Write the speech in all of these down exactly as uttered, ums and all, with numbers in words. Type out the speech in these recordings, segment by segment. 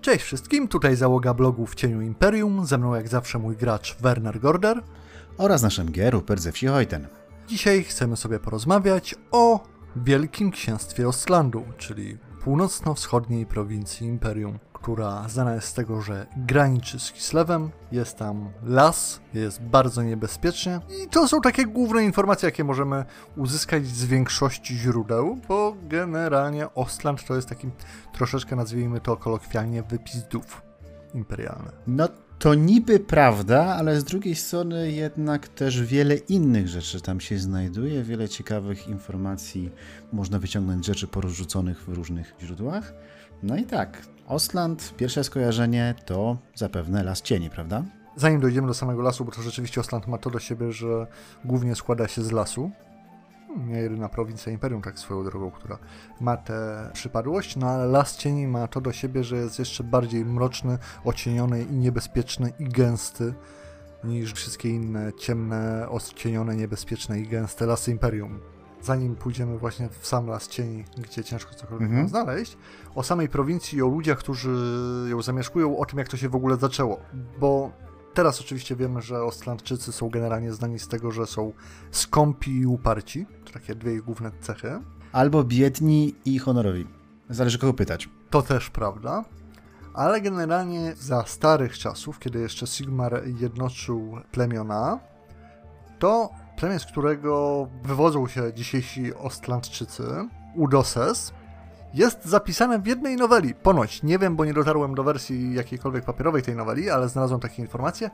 Cześć wszystkim, tutaj załoga blogu W Cieniu Imperium, ze mną jak zawsze mój gracz Werner Gorder oraz naszym G. Rupert ze wsi Hojten. Dzisiaj chcemy sobie porozmawiać o Wielkim Księstwie Ostlandu, czyli północno-wschodniej prowincji Imperium, która znana jest z tego, że graniczy z Kislewem, jest tam las, jest bardzo niebezpiecznie i to są takie główne informacje, jakie możemy uzyskać z większości źródeł, bo generalnie Ostland to jest taki troszeczkę, nazwijmy to kolokwialnie, wypizdów imperialny. No to niby prawda, ale z drugiej strony jednak też wiele innych rzeczy tam się znajduje, wiele ciekawych informacji można wyciągnąć, rzeczy porozrzuconych w różnych źródłach. No i tak, Ostland, pierwsze skojarzenie to zapewne Las Cieni, prawda? Zanim dojdziemy do samego lasu, bo to rzeczywiście Ostland ma to do siebie, że głównie składa się z lasu. Nie jedyna prowincja Imperium, tak swoją drogą, która ma tę przypadłość, no ale Las Cieni ma to do siebie, że jest jeszcze bardziej mroczny, ocieniony i niebezpieczny i gęsty niż wszystkie inne ciemne, odcienione, niebezpieczne i gęste lasy Imperium. Zanim pójdziemy właśnie w sam Las Cieni, gdzie ciężko cokolwiek mm-hmm. znaleźć, o samej prowincji i o ludziach, którzy ją zamieszkują, o tym, jak to się w ogóle zaczęło. Bo teraz oczywiście wiemy, że Ostlandczycy są generalnie znani z tego, że są skąpi i uparci. To takie dwie ich główne cechy. Albo biedni i honorowi. Zależy kogo pytać. To też prawda. Ale generalnie za starych czasów, kiedy jeszcze Sigmar jednoczył plemiona, to plemię, z którego wywodzą się dzisiejsi Ostlandczycy, Udoses, jest zapisane w jednej noweli. Ponoć, nie wiem, bo nie dotarłem do wersji jakiejkolwiek papierowej tej noweli, ale znalazłem takie informacje,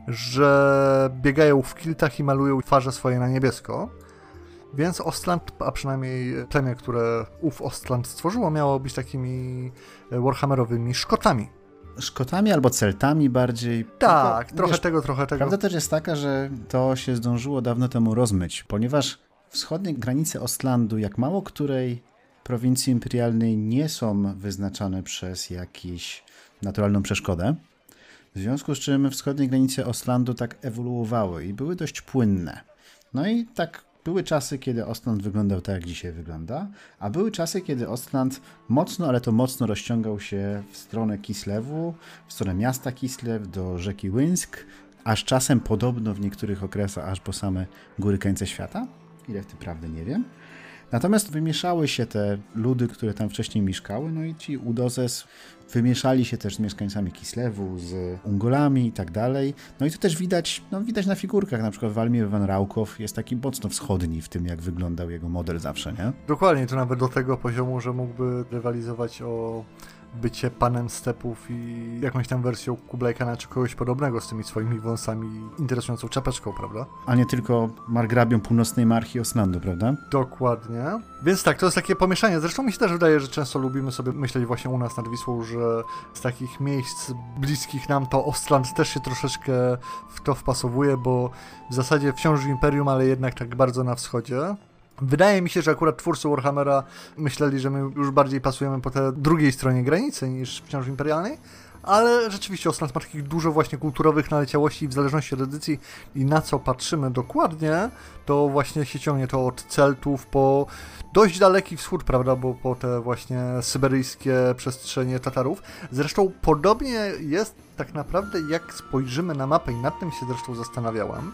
że biegają w kiltach i malują twarze swoje na niebiesko. Więc Ostland, a przynajmniej plemię, które ów Ostland stworzyło, miało być takimi warhammerowymi Szkotami. Szkotami albo Celtami bardziej. Tak, Tylko, trochę wiesz, tego, trochę tego. Prawda też jest taka, że to się zdążyło dawno temu rozmyć, ponieważ wschodnie granice Ostlandu, jak mało której prowincji imperialnej, nie są wyznaczane przez jakąś naturalną przeszkodę. W związku z czym wschodnie granice Ostlandu tak ewoluowały i były dość płynne. No i tak były czasy, kiedy Ostland wyglądał tak, jak dzisiaj wygląda, a były czasy, kiedy Ostland mocno, ale to mocno rozciągał się w stronę Kislewu, w stronę miasta Kislew, do rzeki Łynsk, aż czasem podobno w niektórych okresach aż po same góry krańce świata. Ile w tym prawdy nie wiem. Natomiast wymieszały się te ludy, które tam wcześniej mieszkały, no i ci Udoses wymieszali się też z mieszkańcami Kislewu, z Ungolami i tak dalej. No i to też widać, no widać na figurkach, na przykład Walmir van Raukow jest taki mocno wschodni w tym, jak wyglądał jego model zawsze, nie? Dokładnie, to nawet do tego poziomu, że mógłby rywalizować o bycie panem stepów i jakąś tam wersją Kublai Khana czy kogoś podobnego z tymi swoimi wąsami interesującą czapeczką, prawda? A nie tylko margrabią północnej marchi Ostlandu, prawda? Dokładnie. Więc tak, to jest takie pomieszanie. Zresztą mi się też wydaje, że często lubimy sobie myśleć właśnie u nas nad Wisłą, że z takich miejsc bliskich nam to Ostland też się troszeczkę w to wpasowuje, bo w zasadzie wciąż w Imperium, ale jednak tak bardzo na wschodzie. Wydaje mi się, że akurat twórcy Warhammera myśleli, że my już bardziej pasujemy po tej drugiej stronie granicy niż wciąż imperialnej, ale rzeczywiście Ostland ma takich dużo właśnie kulturowych naleciałości i w zależności od edycji i na co patrzymy dokładnie, to właśnie się ciągnie to od Celtów po dość daleki wschód, prawda, bo po te właśnie syberyjskie przestrzenie Tatarów. Zresztą podobnie jest tak naprawdę, jak spojrzymy na mapę i nad tym się zresztą zastanawiałem,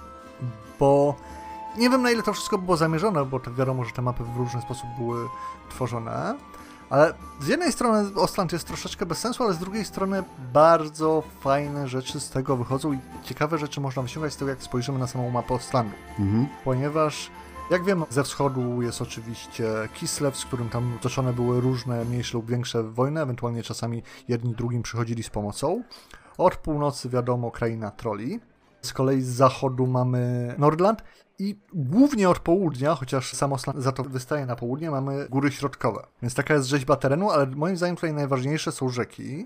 bo nie wiem, na ile to wszystko było zamierzone, bo to wiadomo, że te mapy w różny sposób były tworzone, ale z jednej strony Ostland jest troszeczkę bez sensu, ale z drugiej strony bardzo fajne rzeczy z tego wychodzą i ciekawe rzeczy można wyciągać z tego, jak spojrzymy na samą mapę Ostlandu. Mhm. Ponieważ, jak wiemy, ze wschodu jest oczywiście Kislew, z którym tam toczone były różne mniejsze lub większe wojny, ewentualnie czasami jedni drugim przychodzili z pomocą. Od północy, wiadomo, kraina troli. Z kolei z zachodu mamy Nordland i głównie od południa, chociaż sam Ostland za to wystaje na południe, mamy góry środkowe. Więc taka jest rzeźba terenu, ale moim zdaniem tutaj najważniejsze są rzeki.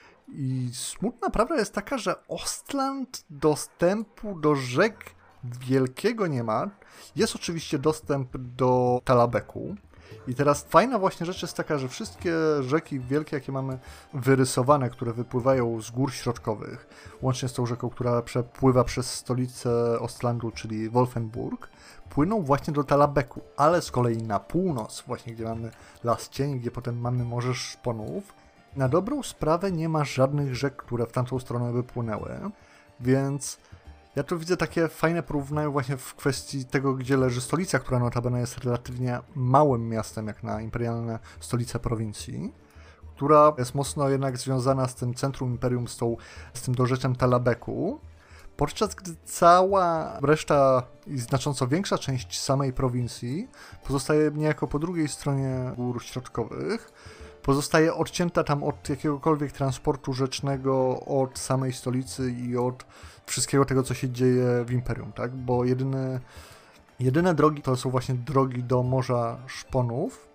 I smutna prawda jest taka, że Ostland dostępu do rzek wielkiego nie ma. Jest oczywiście dostęp do Talabeku. I teraz fajna właśnie rzecz jest taka, że wszystkie rzeki wielkie, jakie mamy wyrysowane, które wypływają z gór środkowych, łącznie z tą rzeką, która przepływa przez stolicę Ostlandu, czyli Wolfenburg, płyną właśnie do Talabeku, ale z kolei na północ, właśnie gdzie mamy Las Cieni, gdzie potem mamy Morze Szponów, Na dobrą sprawę nie ma żadnych rzek, które w tamtą stronę by płynęły, więc ja tu widzę takie fajne porównanie właśnie w kwestii tego, gdzie leży stolica, która notabene jest relatywnie małym miastem, jak na imperialne stolice prowincji, która jest mocno jednak związana z tym centrum imperium, z, tą, z tym dorzeczem Talabeku, podczas gdy cała reszta i znacząco większa część samej prowincji pozostaje niejako po drugiej stronie gór środkowych, pozostaje odcięta tam od jakiegokolwiek transportu rzecznego, od samej stolicy i od wszystkiego tego, co się dzieje w imperium, tak? Bo jedyne, jedyne drogi to są właśnie drogi do Morza Szponów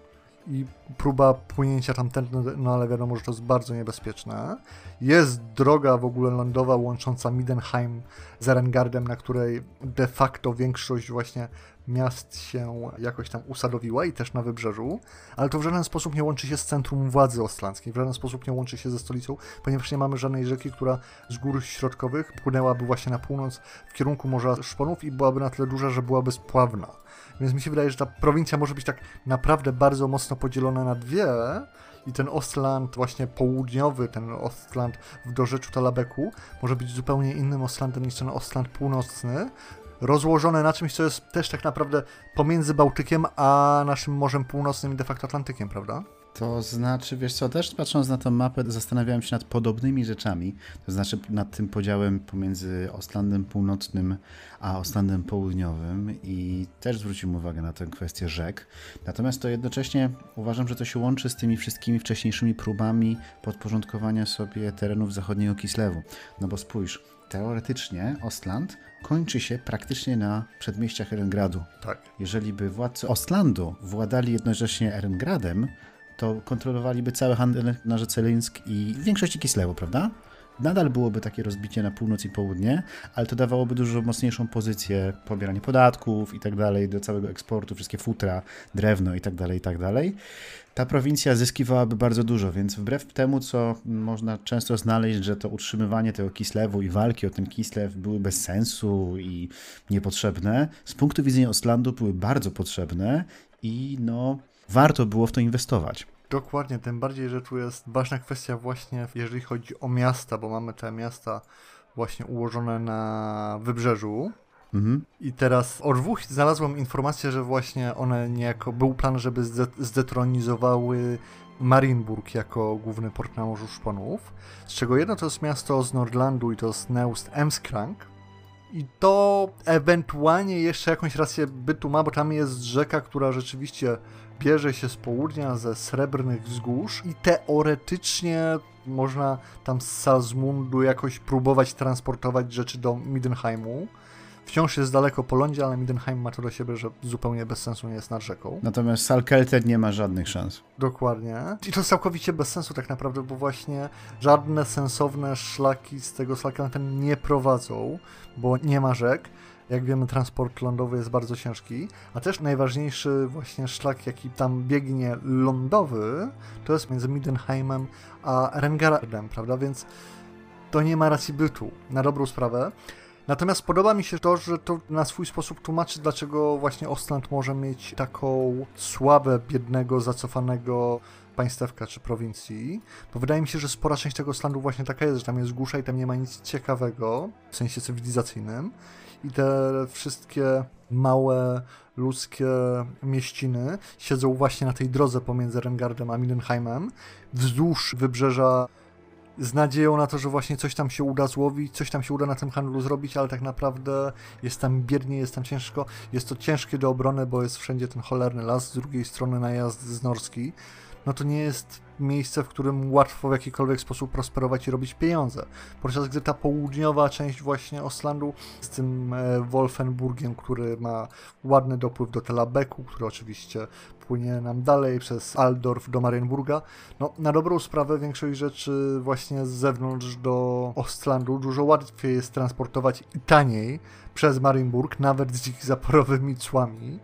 i próba płynięcia tamtędy, no ale wiadomo, że to jest bardzo niebezpieczne. Jest droga w ogóle lądowa łącząca Middenheim z Erengardem, na której de facto większość właśnie miast się jakoś tam usadowiła i też na wybrzeżu, ale to w żaden sposób nie łączy się z centrum władzy ostlandzkiej, w żaden sposób nie łączy się ze stolicą, ponieważ nie mamy żadnej rzeki, która z gór środkowych płynęłaby właśnie na północ w kierunku Morza Szponów i byłaby na tyle duża, że byłaby spławna. Więc mi się wydaje, że ta prowincja może być tak naprawdę bardzo mocno podzielona na dwie i ten Ostland właśnie południowy, ten Ostland w dorzeczu Talabeku może być zupełnie innym Ostlandem niż ten Ostland północny, rozłożone na czymś, co jest też tak naprawdę pomiędzy Bałtykiem a naszym Morzem Północnym i de facto Atlantykiem, prawda? To znaczy, wiesz co, też patrząc na tę mapę zastanawiałem się nad podobnymi rzeczami, to znaczy nad tym podziałem pomiędzy Ostlandem Północnym a Ostlandem Południowym i też zwróciłem uwagę na tę kwestię rzek. Natomiast to jednocześnie uważam, że to się łączy z tymi wszystkimi wcześniejszymi próbami podporządkowania sobie terenów zachodniego Kislewu. No bo spójrz, teoretycznie Ostland kończy się praktycznie na przedmieściach Erengradu. Tak. Jeżeli by władcy Ostlandu władali jednocześnie Erengradem, to kontrolowaliby cały handel na rzece Lynsk i w większości Kislewu, prawda? Nadal byłoby takie rozbicie na północ i południe, ale to dawałoby dużo mocniejszą pozycję, pobieranie podatków i tak dalej, do całego eksportu, wszystkie futra, drewno i tak dalej, i tak dalej. Ta prowincja zyskiwałaby bardzo dużo, więc wbrew temu, co można często znaleźć, że to utrzymywanie tego Kislewu i walki o ten Kislew były bez sensu i niepotrzebne, z punktu widzenia Ostlandu były bardzo potrzebne i no warto było w to inwestować. Dokładnie, tym bardziej, że tu jest ważna kwestia właśnie, jeżeli chodzi o miasta, bo mamy te miasta właśnie ułożone na wybrzeżu. Mhm. I teraz od dwóch znalazłem informację, że właśnie one niejako, był plan, żeby zdetronizowały Marienburg jako główny port na Morzu Szponów, z czego jedno to jest miasto z Nordlandu i to jest Neust-Emskrank. I to ewentualnie jeszcze jakąś rację bytu ma, bo tam jest rzeka, która rzeczywiście bierze się z południa, ze Srebrnych Wzgórz i teoretycznie można tam z Salzmundu jakoś próbować transportować rzeczy do Middenheimu. Wciąż jest daleko po lądzie, ale Middenheim ma to do siebie, że zupełnie bez sensu nie jest nad rzeką. Natomiast Salkelter nie ma żadnych szans. Dokładnie. I to jest całkowicie bez sensu tak naprawdę, bo właśnie żadne sensowne szlaki z tego Salkelter nie prowadzą, bo nie ma rzek. Jak wiemy, transport lądowy jest bardzo ciężki, a też najważniejszy właśnie szlak, jaki tam biegnie lądowy, to jest między Middenheimem a Erengardem, prawda? Więc to nie ma racji bytu, na dobrą sprawę. Natomiast podoba mi się to, że to na swój sposób tłumaczy, dlaczego właśnie Ostland może mieć taką sławę biednego, zacofanego państewka czy prowincji, bo wydaje mi się, że spora część tego Ostlandu właśnie taka jest, że tam jest górza i tam nie ma nic ciekawego, w sensie cywilizacyjnym i te wszystkie małe ludzkie mieściny siedzą właśnie na tej drodze pomiędzy Erengardem a Middenheimem, wzdłuż wybrzeża, z nadzieją na to, że właśnie coś tam się uda złowić, coś tam się uda na tym handlu zrobić, ale tak naprawdę jest tam biednie, jest tam ciężko, jest to ciężkie do obrony, bo jest wszędzie ten cholerny las, z drugiej strony najazd z Norski. No to nie jest miejsce, w którym łatwo w jakikolwiek sposób prosperować i robić pieniądze. Podczas gdy ta południowa część właśnie Ostlandu z tym e, Wolfenburgiem, który ma ładny dopływ do Talabeku, który oczywiście płynie nam dalej przez Altdorf do Marienburga, no na dobrą sprawę większość rzeczy właśnie z zewnątrz do Ostlandu dużo łatwiej jest transportować i taniej przez Marienburg, nawet z ich zaporowymi cłami.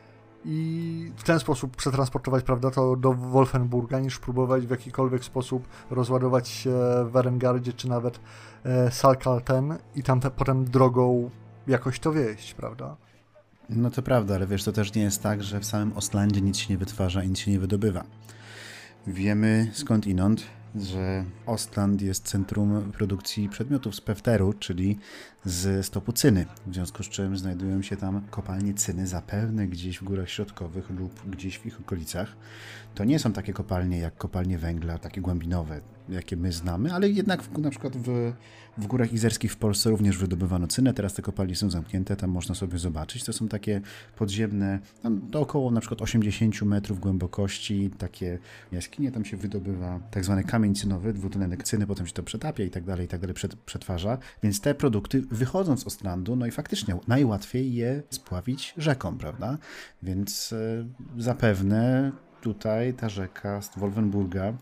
I w ten sposób przetransportować, prawda, to do Wolfenburga, niż próbować w jakikolwiek sposób rozładować się w Erengardzie, czy nawet e, Salkalten i tam te, potem drogą jakoś to wieść, prawda? No to prawda, ale wiesz, to też nie jest tak, że w samym Ostlandzie nic się nie wytwarza i nic się nie wydobywa. Wiemy skądinąd, że Ostland jest centrum produkcji przedmiotów z pewteru, czyli z stopu cyny, w związku z czym znajdują się tam kopalnie cyny zapewne gdzieś w górach środkowych lub gdzieś w ich okolicach. To nie są takie kopalnie jak kopalnie węgla, takie głębinowe, jakie my znamy, ale jednak w, na przykład w, w górach izerskich w Polsce również wydobywano cynę, teraz te kopalnie są zamknięte, tam można sobie zobaczyć. To są takie podziemne, tam do około na przykład osiemdziesiąt metrów głębokości, takie jaskinie, tam się wydobywa tak zwany kamień cynowy, dwutlenek cyny, potem się to przetapia i tak dalej, i tak dalej, przetwarza, więc te produkty wychodzą z Ostlandu, no i faktycznie najłatwiej je spławić rzeką, prawda? Więc y, zapewne tutaj ta rzeka z Wolfenburga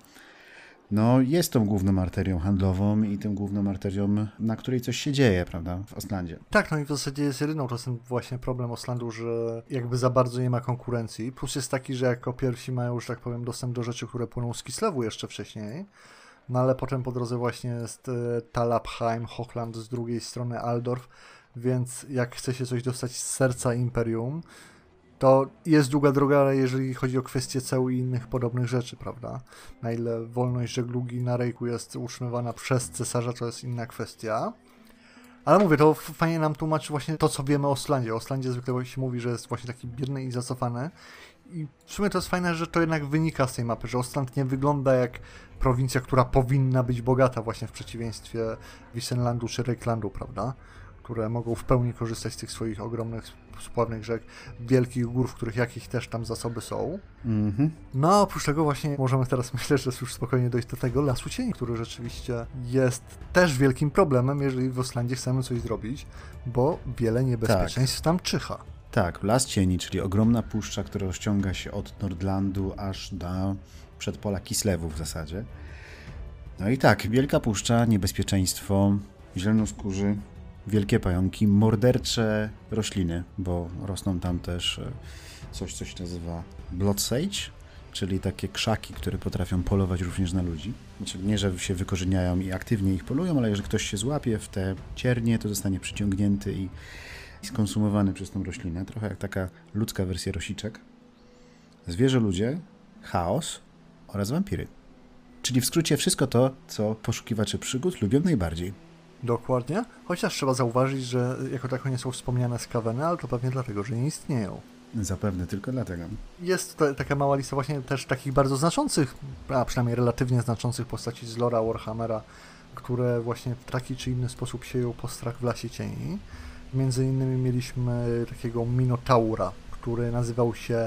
no jest tą główną arterią handlową i tą główną arterią, na której coś się dzieje, prawda, w Ostlandzie. Tak, no i w zasadzie jest jedyną czasem właśnie problem Ostlandu, że jakby za bardzo nie ma konkurencji. Plus jest taki, że jako pierwsi mają, że tak powiem, dostęp do rzeczy, które płyną z Kislewu jeszcze wcześniej. No ale potem po drodze właśnie jest Talabheim, Hochland, z drugiej strony Aldorf, więc jak chce się coś dostać z serca Imperium, to jest długa droga, ale jeżeli chodzi o kwestie ceł i innych podobnych rzeczy, prawda? Na ile wolność żeglugi na Rejku jest utrzymywana przez cesarza, to jest inna kwestia. Ale mówię, to fajnie nam tłumaczy właśnie to, co wiemy o Ostlandzie. O Ostlandzie zwykle się mówi, że jest właśnie taki biedny i zacofany. I w sumie to jest fajne, że to jednak wynika z tej mapy, że Ostland nie wygląda jak prowincja, która powinna być bogata właśnie w przeciwieństwie Wissenlandu czy Reiklandu, prawda? Które mogą w pełni korzystać z tych swoich ogromnych, spławnych rzek, wielkich gór, w których jakich też tam zasoby są. Mm-hmm. No a oprócz tego właśnie możemy teraz, myślę, że już spokojnie dojść do tego Lasu Cieni, który rzeczywiście jest też wielkim problemem, jeżeli w Ostlandzie chcemy coś zrobić, bo wiele niebezpieczeństw tak tam czyha. Tak, Las Cieni, czyli ogromna puszcza, która rozciąga się od Nordlandu aż do przedpola Kislewu w zasadzie. No i tak, wielka puszcza, niebezpieczeństwo, zielonoskórzy, wielkie pająki, mordercze rośliny, bo rosną tam też coś, co się nazywa blood sage, czyli takie krzaki, które potrafią polować również na ludzi. Znaczy, nie, że się wykorzeniają i aktywnie ich polują, ale jeżeli ktoś się złapie w te ciernie, to zostanie przyciągnięty i, i skonsumowany przez tą roślinę. Trochę jak taka ludzka wersja rosiczek. Zwierzę-ludzie, chaos oraz wampiry. Czyli w skrócie wszystko to, co poszukiwacze przygód lubią najbardziej. Dokładnie, chociaż trzeba zauważyć, że jako tako nie są wspomniane skaweny, ale to pewnie dlatego, że nie istnieją. Zapewne tylko dlatego. Jest to taka mała lista właśnie też takich bardzo znaczących, a przynajmniej relatywnie znaczących postaci z lora Warhammera, które właśnie w taki czy inny sposób sieją postrach w Lasie Cieni. Między innymi mieliśmy takiego Minotaura, który nazywał się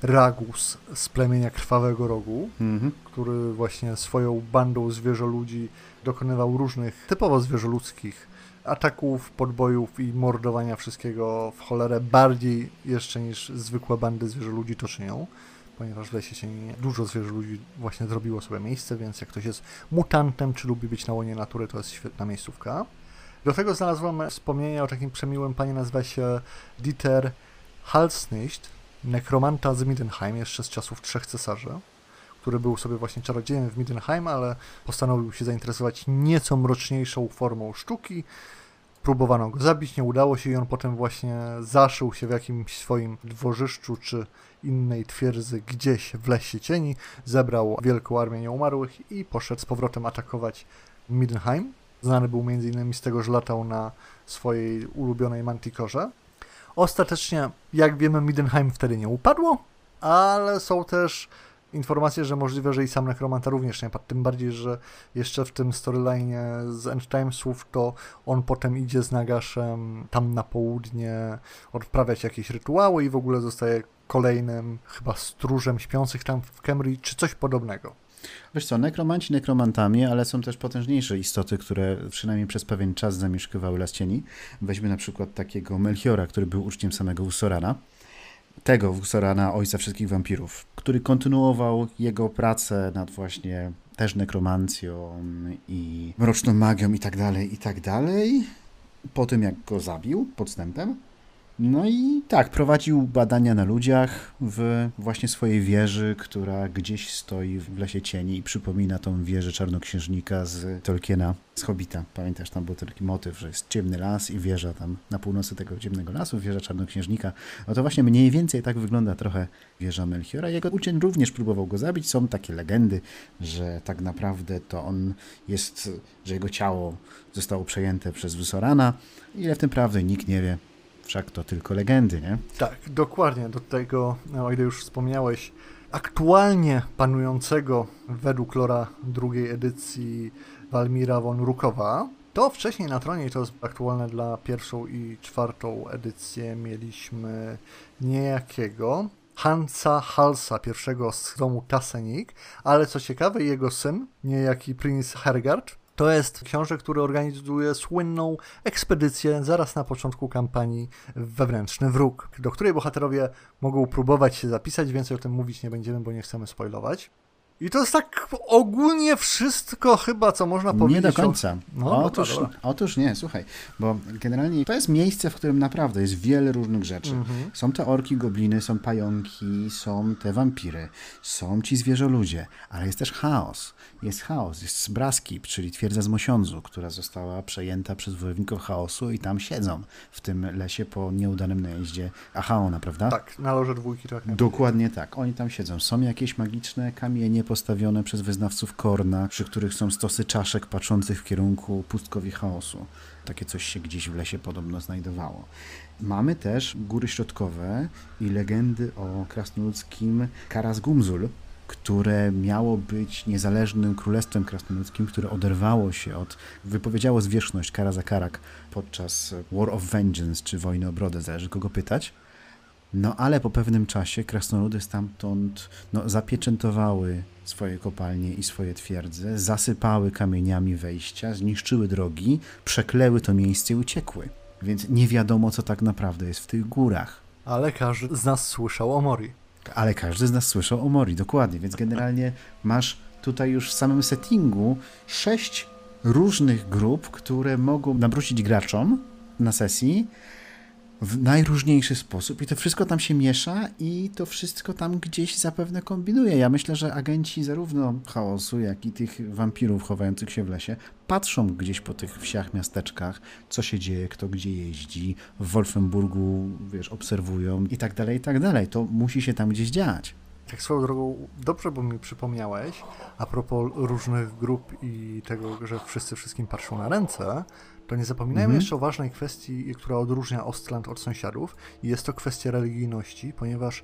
Ragus z plemienia Krwawego Rogu, mm-hmm. który właśnie swoją bandą zwierzoludzi dokonywał różnych, typowo zwierzoludzkich ataków, podbojów i mordowania wszystkiego w cholerę bardziej jeszcze niż zwykłe bandy zwierzoludzi to czynią, ponieważ w Lesie Cieni dużo zwierzoludzi właśnie zrobiło sobie miejsce, więc jak ktoś jest mutantem czy lubi być na łonie natury, to jest świetna miejscówka. Do tego znalazłam wspomnienie o takim przemiłym panie, nazywa się Dieter Halsnicht, nekromanta z Middenheim, jeszcze z czasów Trzech Cesarzy, który był sobie właśnie czarodziejem w Middenheim, ale postanowił się zainteresować nieco mroczniejszą formą sztuki. Próbowano go zabić, nie udało się i on potem właśnie zaszył się w jakimś swoim dworzyszczu czy innej twierdzy gdzieś w Lesie Cieni, zebrał wielką armię nieumarłych i poszedł z powrotem atakować Middenheim. Znany był między innymi z tego, że latał na swojej ulubionej Manticorze. Ostatecznie, jak wiemy, Middenheim wtedy nie upadło, ale są też informacje, że możliwe, że i sam Nekromanta również nie padł, tym bardziej, że jeszcze w tym storyline'ie z End Timesów to on potem idzie z Nagaszem tam na południe odprawiać jakieś rytuały i w ogóle zostaje kolejnym chyba stróżem śpiących tam w Khemri, czy coś podobnego. Wiesz co, nekromanci nekromantami, ale są też potężniejsze istoty, które przynajmniej przez pewien czas zamieszkiwały Las Cieni. Weźmy na przykład takiego Melchiora, który był uczniem samego Usorana. Tego Usorana, ojca wszystkich wampirów, który kontynuował jego pracę nad właśnie też nekromancją i mroczną magią i tak dalej, i tak dalej. Po tym, jak go zabił podstępem, No i tak, prowadził badania na ludziach w właśnie swojej wieży, która gdzieś stoi w Lesie Cieni i przypomina tą wieżę Czarnoksiężnika z Tolkiena, z Hobbita. Pamiętasz, tam był taki motyw, że jest ciemny las i wieża tam na północy tego ciemnego lasu, wieża Czarnoksiężnika. No to właśnie mniej więcej tak wygląda trochę wieża Melchiora. Jego uczeń również próbował go zabić. Są takie legendy, że tak naprawdę to on jest, że jego ciało zostało przejęte przez Wysorana. Ile w tym prawdy, nikt nie wie. Wszak to tylko legendy, nie? Tak, dokładnie. Do tego, o ile już wspomniałeś, aktualnie panującego według lora drugiej edycji Walmira von Rukowa, to wcześniej na tronie, i to jest aktualne dla pierwszą i czwartą edycję, mieliśmy niejakiego Hansa Halsa, pierwszego z domu Tassenik, ale co ciekawe, jego syn, niejaki Prinz Hergard, to jest książę, który organizuje słynną ekspedycję zaraz na początku kampanii Wewnętrzny Wróg, do której bohaterowie mogą próbować się zapisać. Więcej o tym mówić nie będziemy, bo nie chcemy spoilować. I to jest tak ogólnie wszystko chyba, co można powiedzieć. Nie do końca. O... No, otóż, dobra, dobra. otóż nie, słuchaj, bo generalnie to jest miejsce, w którym naprawdę jest wiele różnych rzeczy. Mhm. Są te orki, gobliny, są pająki, są te wampiry, są ci zwierzoludzie, ale jest też chaos. Jest chaos, jest Sbraskip, czyli twierdza z Mosiądzu, która została przejęta przez wojowników chaosu i tam siedzą w tym lesie po nieudanym najeździe Achaona, prawda? Tak, na loże dwójki. Tak. Dokładnie tak, oni tam siedzą. Są jakieś magiczne kamienie postawione przez wyznawców Korna, przy których są stosy czaszek patrzących w kierunku pustkowi chaosu. Takie coś się gdzieś w lesie podobno znajdowało. Mamy też góry środkowe i legendy o krasnoludzkim Karaz-Gumzul, które miało być niezależnym królestwem krasnoludzkim, które oderwało się od, wypowiedziało zwierzchność Karaz-Karak podczas War of Vengeance, czy Wojny o Brodę, zależy kogo pytać. No ale po pewnym czasie krasnoludy stamtąd no, zapieczętowały swoje kopalnie i swoje twierdze, zasypały kamieniami wejścia, zniszczyły drogi, przekleły to miejsce i uciekły. Więc nie wiadomo, co tak naprawdę jest w tych górach. Ale każdy z nas słyszał o Mori. Ale każdy z nas słyszał o Mori, dokładnie. Więc generalnie masz tutaj już w samym settingu sześć różnych grup, które mogą nabrucić graczom na sesji w najróżniejszy sposób i to wszystko tam się miesza i to wszystko tam gdzieś zapewne kombinuje. Ja myślę, że agenci zarówno chaosu, jak i tych wampirów chowających się w lesie patrzą gdzieś po tych wsiach, miasteczkach, co się dzieje, kto gdzie jeździ, w Wolfenburgu, wiesz, obserwują i tak dalej, i tak dalej. To musi się tam gdzieś dziać. Tak swoją drogą, dobrze, bo mi przypomniałeś, a propos różnych grup i tego, że wszyscy wszystkim patrzą na ręce, to nie zapominajmy mhm. jeszcze o ważnej kwestii, która odróżnia Ostland od sąsiadów i jest to kwestia religijności, ponieważ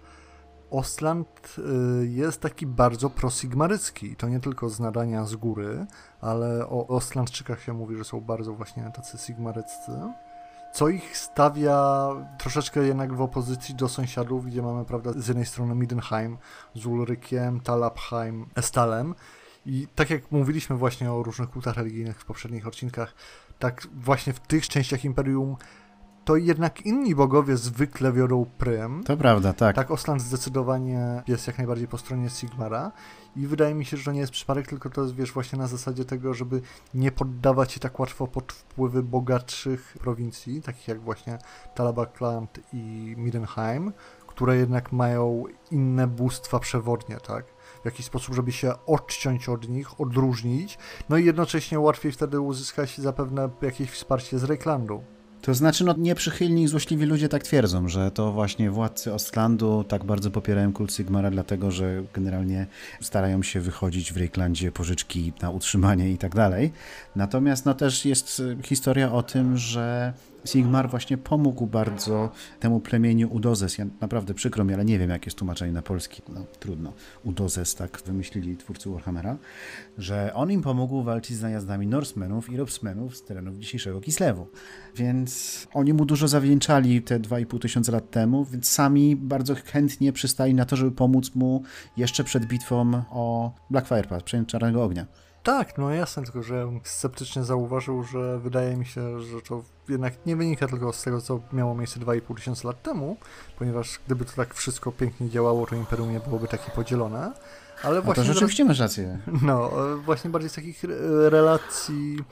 Ostland jest taki bardzo prosigmarycki. To nie tylko z nadania z góry, ale o Ostlandczykach się mówi, że są bardzo właśnie tacy sigmaryccy, co ich stawia troszeczkę jednak w opozycji do sąsiadów, gdzie mamy, prawda, z jednej strony Middenheim z Ulrykiem, Talabheim, Estalem. I tak jak mówiliśmy właśnie o różnych kultach religijnych w poprzednich odcinkach, tak właśnie w tych częściach Imperium to jednak inni bogowie zwykle wiodą prym. To prawda, tak. Tak, Ostland zdecydowanie jest jak najbardziej po stronie Sigmara i wydaje mi się, że to nie jest przypadek, tylko to jest, wiesz, właśnie na zasadzie tego, żeby nie poddawać się tak łatwo pod wpływy bogatszych prowincji, takich jak właśnie Talabakland i Middenheim, które jednak mają inne bóstwa przewodnie, tak? W jakiś sposób, żeby się odciąć od nich, odróżnić, no i jednocześnie łatwiej wtedy uzyskać zapewne jakieś wsparcie z Reiklandu. To znaczy, no nieprzychylni i złośliwi ludzie tak twierdzą, że to właśnie władcy Ostlandu tak bardzo popierają kult Sigmara, dlatego że generalnie starają się wychodzić w Reiklandzie pożyczki na utrzymanie i tak dalej. Natomiast no też jest historia o tym, że Sigmar właśnie pomógł bardzo temu plemieniu Udozes. Ja naprawdę przykro mi, ale nie wiem, jak jest tłumaczenie na polski. No trudno. Udozes, tak wymyślili twórcy Warhammera, że on im pomógł walczyć z najazdami Norsemenów i Lobsmenów z terenów dzisiejszego Kislewu. Więc oni mu dużo zawdzięczali te dwa i pół tysiąca lat temu, więc sami bardzo chętnie przystali na to, żeby pomóc mu jeszcze przed bitwą o Blackfire Pass, przejęcie Czarnego Ognia. Tak, no jasne, tylko że sceptycznie zauważył, że wydaje mi się, że to jednak nie wynika tylko z tego, co miało miejsce dwa i pół tysiąca lat temu, ponieważ gdyby to tak wszystko pięknie działało, to Imperium nie byłoby takie podzielone, ale no właśnie... to rzeczywiście masz rację. No, właśnie bardziej z takich relacji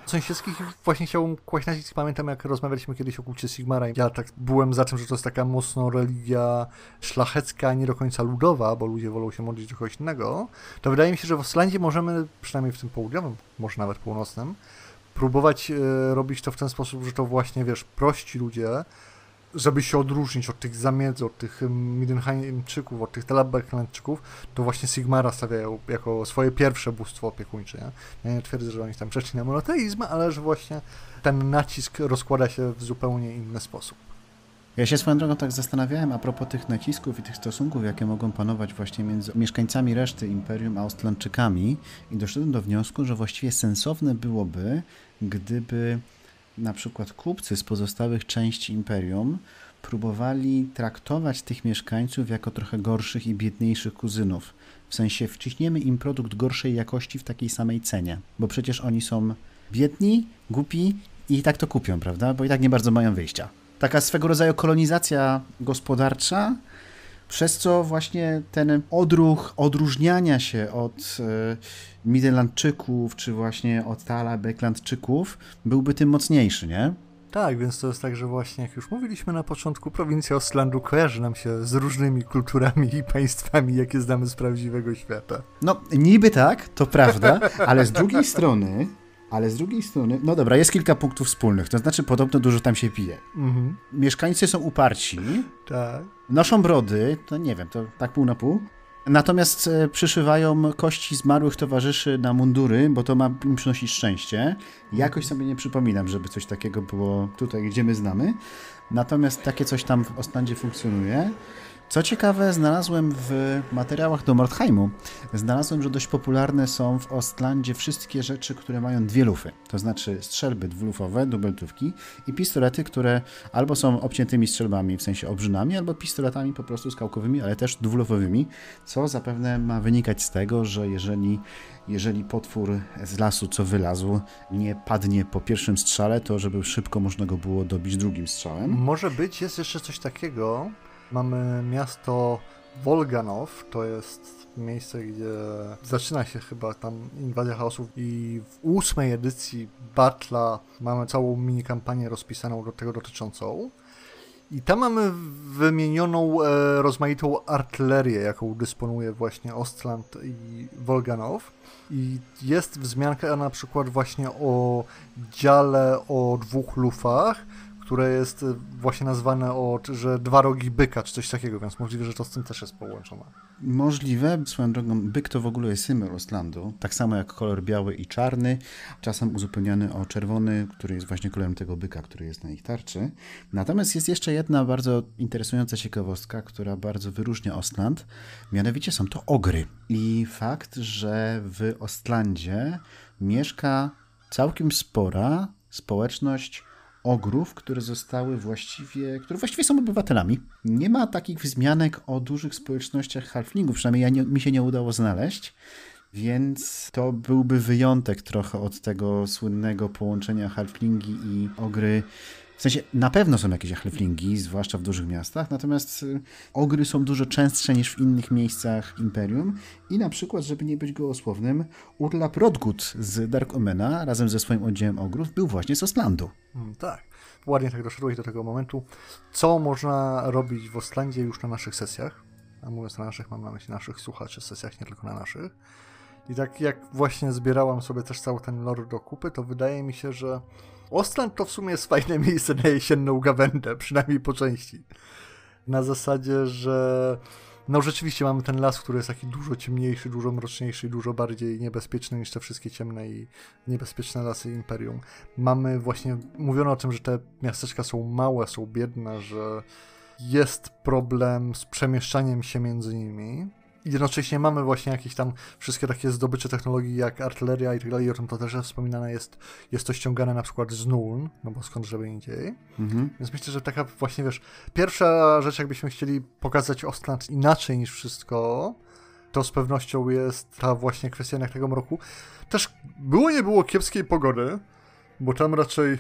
sąsiedzkich właśnie chciałbym kłaść nacisk. Pamiętam, jak rozmawialiśmy kiedyś o kulcie Sigmara. Ja tak byłem za tym, że to jest taka mocno religia szlachecka, nie do końca ludowa, bo ludzie wolą się modlić do kogoś innego. To wydaje mi się, że w Ostlandzie możemy, przynajmniej w tym południowym, może nawet północnym, próbować e, robić to w ten sposób, że to właśnie, wiesz, prości ludzie, żeby się odróżnić od tych zamiedzy, od tych Midenheimczyków, od tych Telebeklandczyków, to właśnie Sigmara stawiają jako swoje pierwsze bóstwo opiekuńcze. Nie? Ja nie twierdzę, że oni tam przeszli na monoteizm, ale że właśnie ten nacisk rozkłada się w zupełnie inny sposób. Ja się swoją drogą tak zastanawiałem a propos tych nacisków i tych stosunków, jakie mogą panować właśnie między mieszkańcami reszty Imperium a Ostlandczykami i doszedłem do wniosku, że właściwie sensowne byłoby, gdyby na przykład kupcy z pozostałych części Imperium próbowali traktować tych mieszkańców jako trochę gorszych i biedniejszych kuzynów. W sensie wciśniemy im produkt gorszej jakości w takiej samej cenie, bo przecież oni są biedni, głupi i tak to kupią, prawda? Bo i tak nie bardzo mają wyjścia. Taka swego rodzaju kolonizacja gospodarcza, przez co właśnie ten odruch odróżniania się od e, Midenlandczyków, czy właśnie od Talabeklandczyków byłby tym mocniejszy, nie? Tak, więc to jest tak, że właśnie jak już mówiliśmy na początku, prowincja Ostlandu kojarzy nam się z różnymi kulturami i państwami, jakie znamy z prawdziwego świata. No, niby tak, to prawda, ale z drugiej strony... Ale z drugiej strony, no dobra, jest kilka punktów wspólnych, to znaczy podobno dużo tam się pije. Mhm. Mieszkańcy są uparci, tak. Noszą brody, to nie wiem, to tak pół na pół. Natomiast e, przyszywają kości zmarłych towarzyszy na mundury, bo to ma im przynosić szczęście. Jakoś sobie nie przypominam, żeby coś takiego było tutaj, gdzie my znamy. Natomiast takie coś tam w Ostlandzie funkcjonuje. Co ciekawe, znalazłem w materiałach do Mordheimu, znalazłem, że dość popularne są w Ostlandzie wszystkie rzeczy, które mają dwie lufy. To znaczy strzelby dwulufowe, dubeltówki i pistolety, które albo są obciętymi strzelbami, w sensie obrzynami, albo pistoletami po prostu skałkowymi, ale też dwulufowymi, co zapewne ma wynikać z tego, że jeżeli, jeżeli potwór z lasu, co wylazł, nie padnie po pierwszym strzale, to żeby szybko można go było dobić drugim strzałem. Może być, jest jeszcze coś takiego. Mamy miasto Wolganów, to jest miejsce, gdzie zaczyna się chyba tam inwazja chaosów i w ósmej edycji Battle'a mamy całą mini kampanię rozpisaną do tego dotyczącą. I tam mamy wymienioną e, rozmaitą artylerię, jaką dysponuje właśnie Ostland i Wolganów. I jest wzmianka na przykład właśnie o dziale o dwóch lufach, które jest właśnie nazwane o, że dwa rogi byka, czy coś takiego, więc możliwe, że to z tym też jest połączone. Możliwe. Swoją drogą, byk to w ogóle jest symbol Ostlandu, tak samo jak kolor biały i czarny, czasem uzupełniany o czerwony, który jest właśnie kolorem tego byka, który jest na ich tarczy. Natomiast jest jeszcze jedna bardzo interesująca ciekawostka, która bardzo wyróżnia Ostland, mianowicie są to ogry. I fakt, że w Ostlandzie mieszka całkiem spora społeczność ogrów, które zostały właściwie, które właściwie są obywatelami. Nie ma takich wzmianek o dużych społecznościach halflingów, przynajmniej ja nie, mi się nie udało znaleźć, więc to byłby wyjątek trochę od tego słynnego połączenia halflingi i ogry. W sensie na pewno są jakieś halflingi, zwłaszcza w dużych miastach, natomiast ogry są dużo częstsze niż w innych miejscach Imperium i na przykład, żeby nie być gołosłownym, Urlap Rodgut z Dark Omena razem ze swoim oddziałem ogrów był właśnie z Ostlandu. Hmm, tak, ładnie tak doszedłeś do tego momentu. Co można robić w Ostlandzie już na naszych sesjach? A mówiąc na naszych, mam na myśli naszych słuchaczy sesjach, nie tylko na naszych. I tak jak właśnie zbierałam sobie też cały ten lore do kupy, to wydaje mi się, że Ostland to w sumie jest fajne miejsce na jesienną gawędę, przynajmniej po części. Na zasadzie, że no rzeczywiście mamy ten las, który jest taki dużo ciemniejszy, dużo mroczniejszy, dużo bardziej niebezpieczny niż te wszystkie ciemne i niebezpieczne lasy Imperium. Mamy właśnie, mówiono o tym, że te miasteczka są małe, są biedne, że jest problem z przemieszczaniem się między nimi. I jednocześnie mamy właśnie jakieś tam wszystkie takie zdobycze technologii jak artyleria i tak dalej, o tym to też wspominane jest, jest to ściągane na przykład z Nuln, no bo skąd żeby indziej. Mhm. Więc myślę, że taka właśnie, wiesz, pierwsza rzecz, jakbyśmy chcieli pokazać Ostland inaczej niż wszystko, to z pewnością jest ta właśnie kwestia jednak tego mroku. Też było nie było kiepskiej pogody, bo tam raczej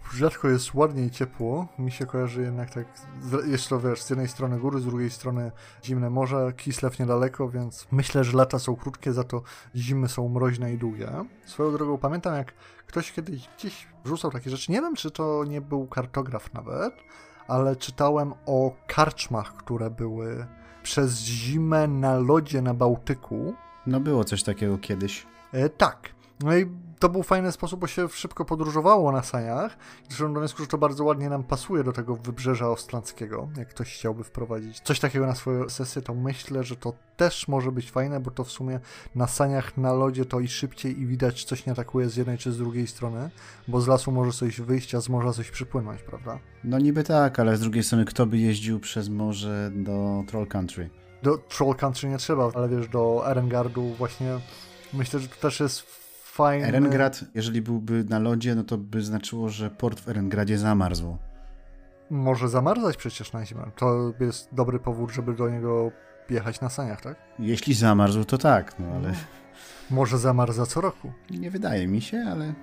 rzadko jest ładnie i ciepło. Mi się kojarzy jednak tak, jest to wiesz, z jednej strony góry, z drugiej strony zimne morze, Kislew niedaleko, więc myślę, że lata są krótkie, za to zimy są mroźne i długie. Swoją drogą pamiętam, jak ktoś kiedyś gdzieś wrzucał takie rzeczy, nie wiem, czy to nie był kartograf nawet, ale czytałem o karczmach, które były przez zimę na lodzie na Bałtyku. No było coś takiego kiedyś. E, tak. No i to był fajny sposób, bo się szybko podróżowało na saniach. Zresztą do wniosku, że to bardzo ładnie nam pasuje do tego wybrzeża ostlandzkiego. Jak ktoś chciałby wprowadzić coś takiego na swoją sesję, to myślę, że to też może być fajne, bo to w sumie na saniach na lodzie to i szybciej i widać, coś nie atakuje z jednej czy z drugiej strony, bo z lasu może coś wyjść, a z morza coś przypłynąć, prawda? No niby tak, ale z drugiej strony kto by jeździł przez morze do Troll Country? Do Troll Country nie trzeba, ale wiesz, do Erengardu właśnie myślę, że to też jest fajny... Erengrad, jeżeli byłby na lodzie, no to by znaczyło, że port w Erengradzie zamarzł. Może zamarzać przecież na zimę. To jest dobry powód, żeby do niego jechać na saniach, tak? Jeśli zamarzł, to tak, no ale... Może zamarza co roku. Nie wydaje mi się, ale...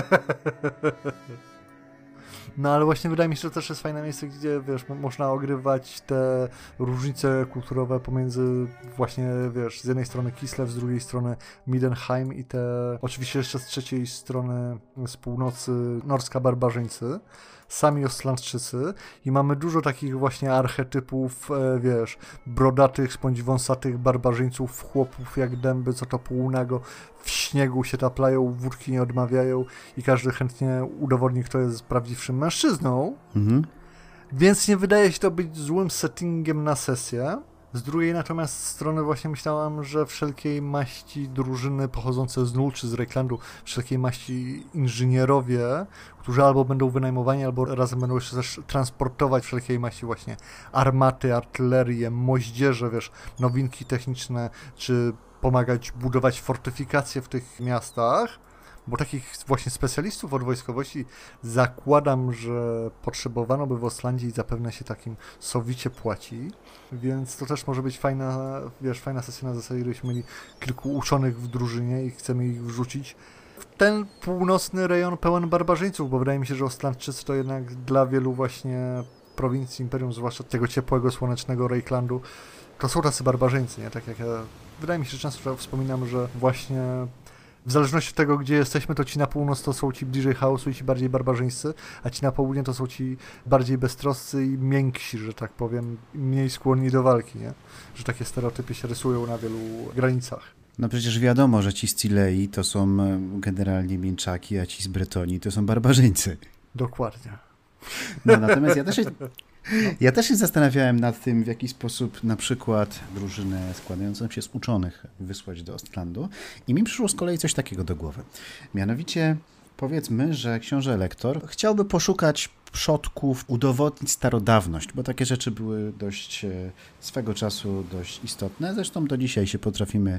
No ale właśnie wydaje mi się, że to też jest fajne miejsce, gdzie wiesz, mo- można ogrywać te różnice kulturowe pomiędzy właśnie, wiesz, z jednej strony Kislev, z drugiej strony Midenheim i te, oczywiście jeszcze z trzeciej strony z północy Norska barbarzyńcy, sami Ostlandczycy i mamy dużo takich właśnie archetypów, e, wiesz, brodatych, bądź wąsatych barbarzyńców, chłopów jak dęby, co to półnago w śniegu się taplają, wódki nie odmawiają i każdy chętnie udowodni, kto jest prawdziwszym mężczyzną. Mhm. Więc nie wydaje się to być złym settingiem na sesję. Z drugiej natomiast strony właśnie myślałem, że wszelkiej maści drużyny pochodzące z Nul czy z Reiklandu, wszelkiej maści inżynierowie, którzy albo będą wynajmowani, albo razem będą jeszcze też transportować wszelkiej maści właśnie armaty, artylerię, moździerze, wiesz, nowinki techniczne, czy pomagać budować fortyfikacje w tych miastach, bo takich właśnie specjalistów od wojskowości zakładam, że potrzebowano by w Ostlandzie i zapewne się takim sowicie płaci, więc to też może być fajna, wiesz, fajna sesja na zasadzie, gdybyśmy mieli kilku uczonych w drużynie i chcemy ich wrzucić w ten północny rejon pełen barbarzyńców, bo wydaje mi się, że Ostlandczycy to jednak dla wielu właśnie prowincji Imperium, zwłaszcza tego ciepłego, słonecznego Reiklandu, to są tacy barbarzyńcy, nie? Tak jak ja, wydaje mi się, że często wspominam, że właśnie w zależności od tego, gdzie jesteśmy, to ci na północ to są ci bliżej chaosu i ci bardziej barbarzyńscy, a ci na południe to są ci bardziej beztroscy i mięksi, że tak powiem, mniej skłonni do walki, nie? Że takie stereotypy się rysują na wielu granicach. No przecież wiadomo, że ci z Cilei to są generalnie mięczaki, a ci z Bretonii to są barbarzyńcy. Dokładnie. No natomiast ja też się, ja też się zastanawiałem nad tym, w jaki sposób na przykład drużynę składającą się z uczonych wysłać do Ostlandu i mi przyszło z kolei coś takiego do głowy. Mianowicie powiedzmy, że książę Elektor chciałby poszukać przodków, udowodnić starodawność, bo takie rzeczy były dość swego czasu dość istotne. Zresztą do dzisiaj się potrafimy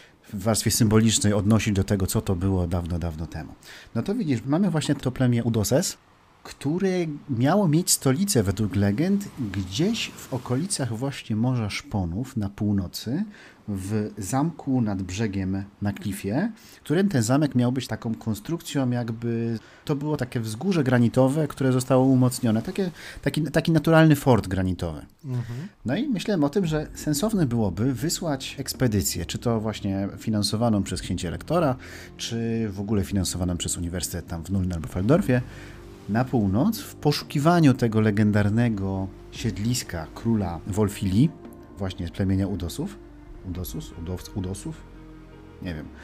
w warstwie symbolicznej odnosić do tego, co to było dawno, dawno temu. No to widzisz, mamy właśnie to plemię Udoses, które miało mieć stolicę według legend gdzieś w okolicach właśnie Morza Szponów na północy, w zamku nad brzegiem na klifie, którym ten zamek miał być taką konstrukcją, jakby to było takie wzgórze granitowe, które zostało umocnione, takie, taki, taki naturalny fort granitowy. Mhm. No i myślałem o tym, że sensowne byłoby wysłać ekspedycję, czy to właśnie finansowaną przez księcia Elektora, czy w ogóle finansowaną przez Uniwersytet tam w Nuln albo Feldorfie, na północ w poszukiwaniu tego legendarnego siedliska króla Wolfili, właśnie z plemienia Udosów. Udosus? Udows, Udosów? Nie wiem.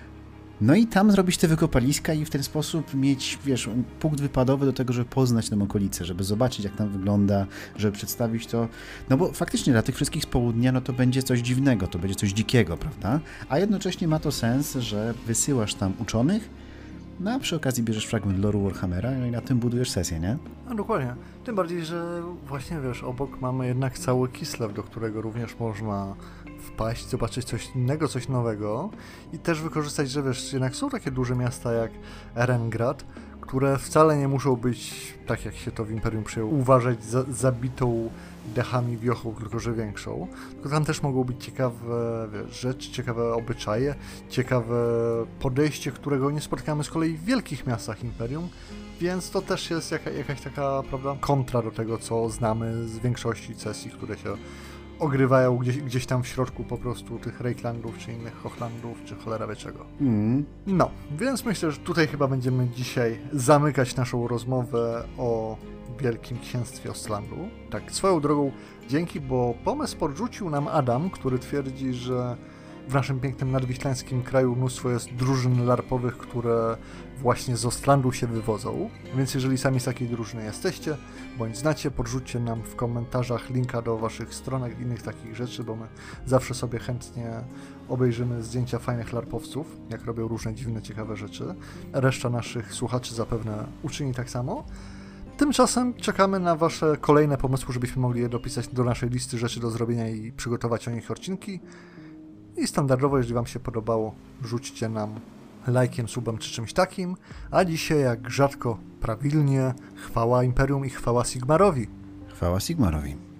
No i tam zrobić te wykopaliska i w ten sposób mieć, wiesz, punkt wypadowy do tego, żeby poznać tę okolicę, żeby zobaczyć, jak tam wygląda, żeby przedstawić to. No bo faktycznie dla tych wszystkich z południa, no to będzie coś dziwnego, to będzie coś dzikiego, prawda? A jednocześnie ma to sens, że wysyłasz tam uczonych, no a przy okazji bierzesz fragment lore'u Warhammera no i na tym budujesz sesję, nie? No dokładnie. Tym bardziej, że właśnie, wiesz, obok mamy jednak cały Kislev, do którego również można wpaść, zobaczyć coś innego, coś nowego i też wykorzystać, że wiesz, jednak są takie duże miasta jak Erengrad, które wcale nie muszą być, tak jak się to w Imperium przyjęło, uważać za zabitą dechami wiochą, tylko że większą. Tylko tam też mogą być ciekawe wiesz, rzeczy, ciekawe obyczaje, ciekawe podejście, którego nie spotykamy z kolei w wielkich miastach Imperium, więc to też jest jaka, jakaś taka, prawda, kontra do tego, co znamy z większości sesji, które się ogrywają gdzieś, gdzieś tam w środku po prostu tych Reiklandów, czy innych Hochlandów, czy cholera wie czego. Mm. No, więc myślę, że tutaj chyba będziemy dzisiaj zamykać naszą rozmowę o Wielkim Księstwie Ostlandu. Tak, swoją drogą dzięki, bo pomysł podrzucił nam Adam, który twierdzi, że w naszym pięknym nadwiślańskim kraju mnóstwo jest drużyn larpowych, które właśnie z Ostlandu się wywodzą. Więc jeżeli sami z takiej drużyny jesteście, bądź znacie, podrzućcie nam w komentarzach linka do waszych stronek i innych takich rzeczy, bo my zawsze sobie chętnie obejrzymy zdjęcia fajnych larpowców, jak robią różne dziwne, ciekawe rzeczy. Reszta naszych słuchaczy zapewne uczyni tak samo. Tymczasem czekamy na wasze kolejne pomysły, żebyśmy mogli je dopisać do naszej listy rzeczy do zrobienia i przygotować o nich odcinki. I standardowo, jeżeli wam się podobało, rzućcie nam lajkiem, subem czy czymś takim. A dzisiaj, jak rzadko prawilnie, chwała Imperium i chwała Sigmarowi. Chwała Sigmarowi.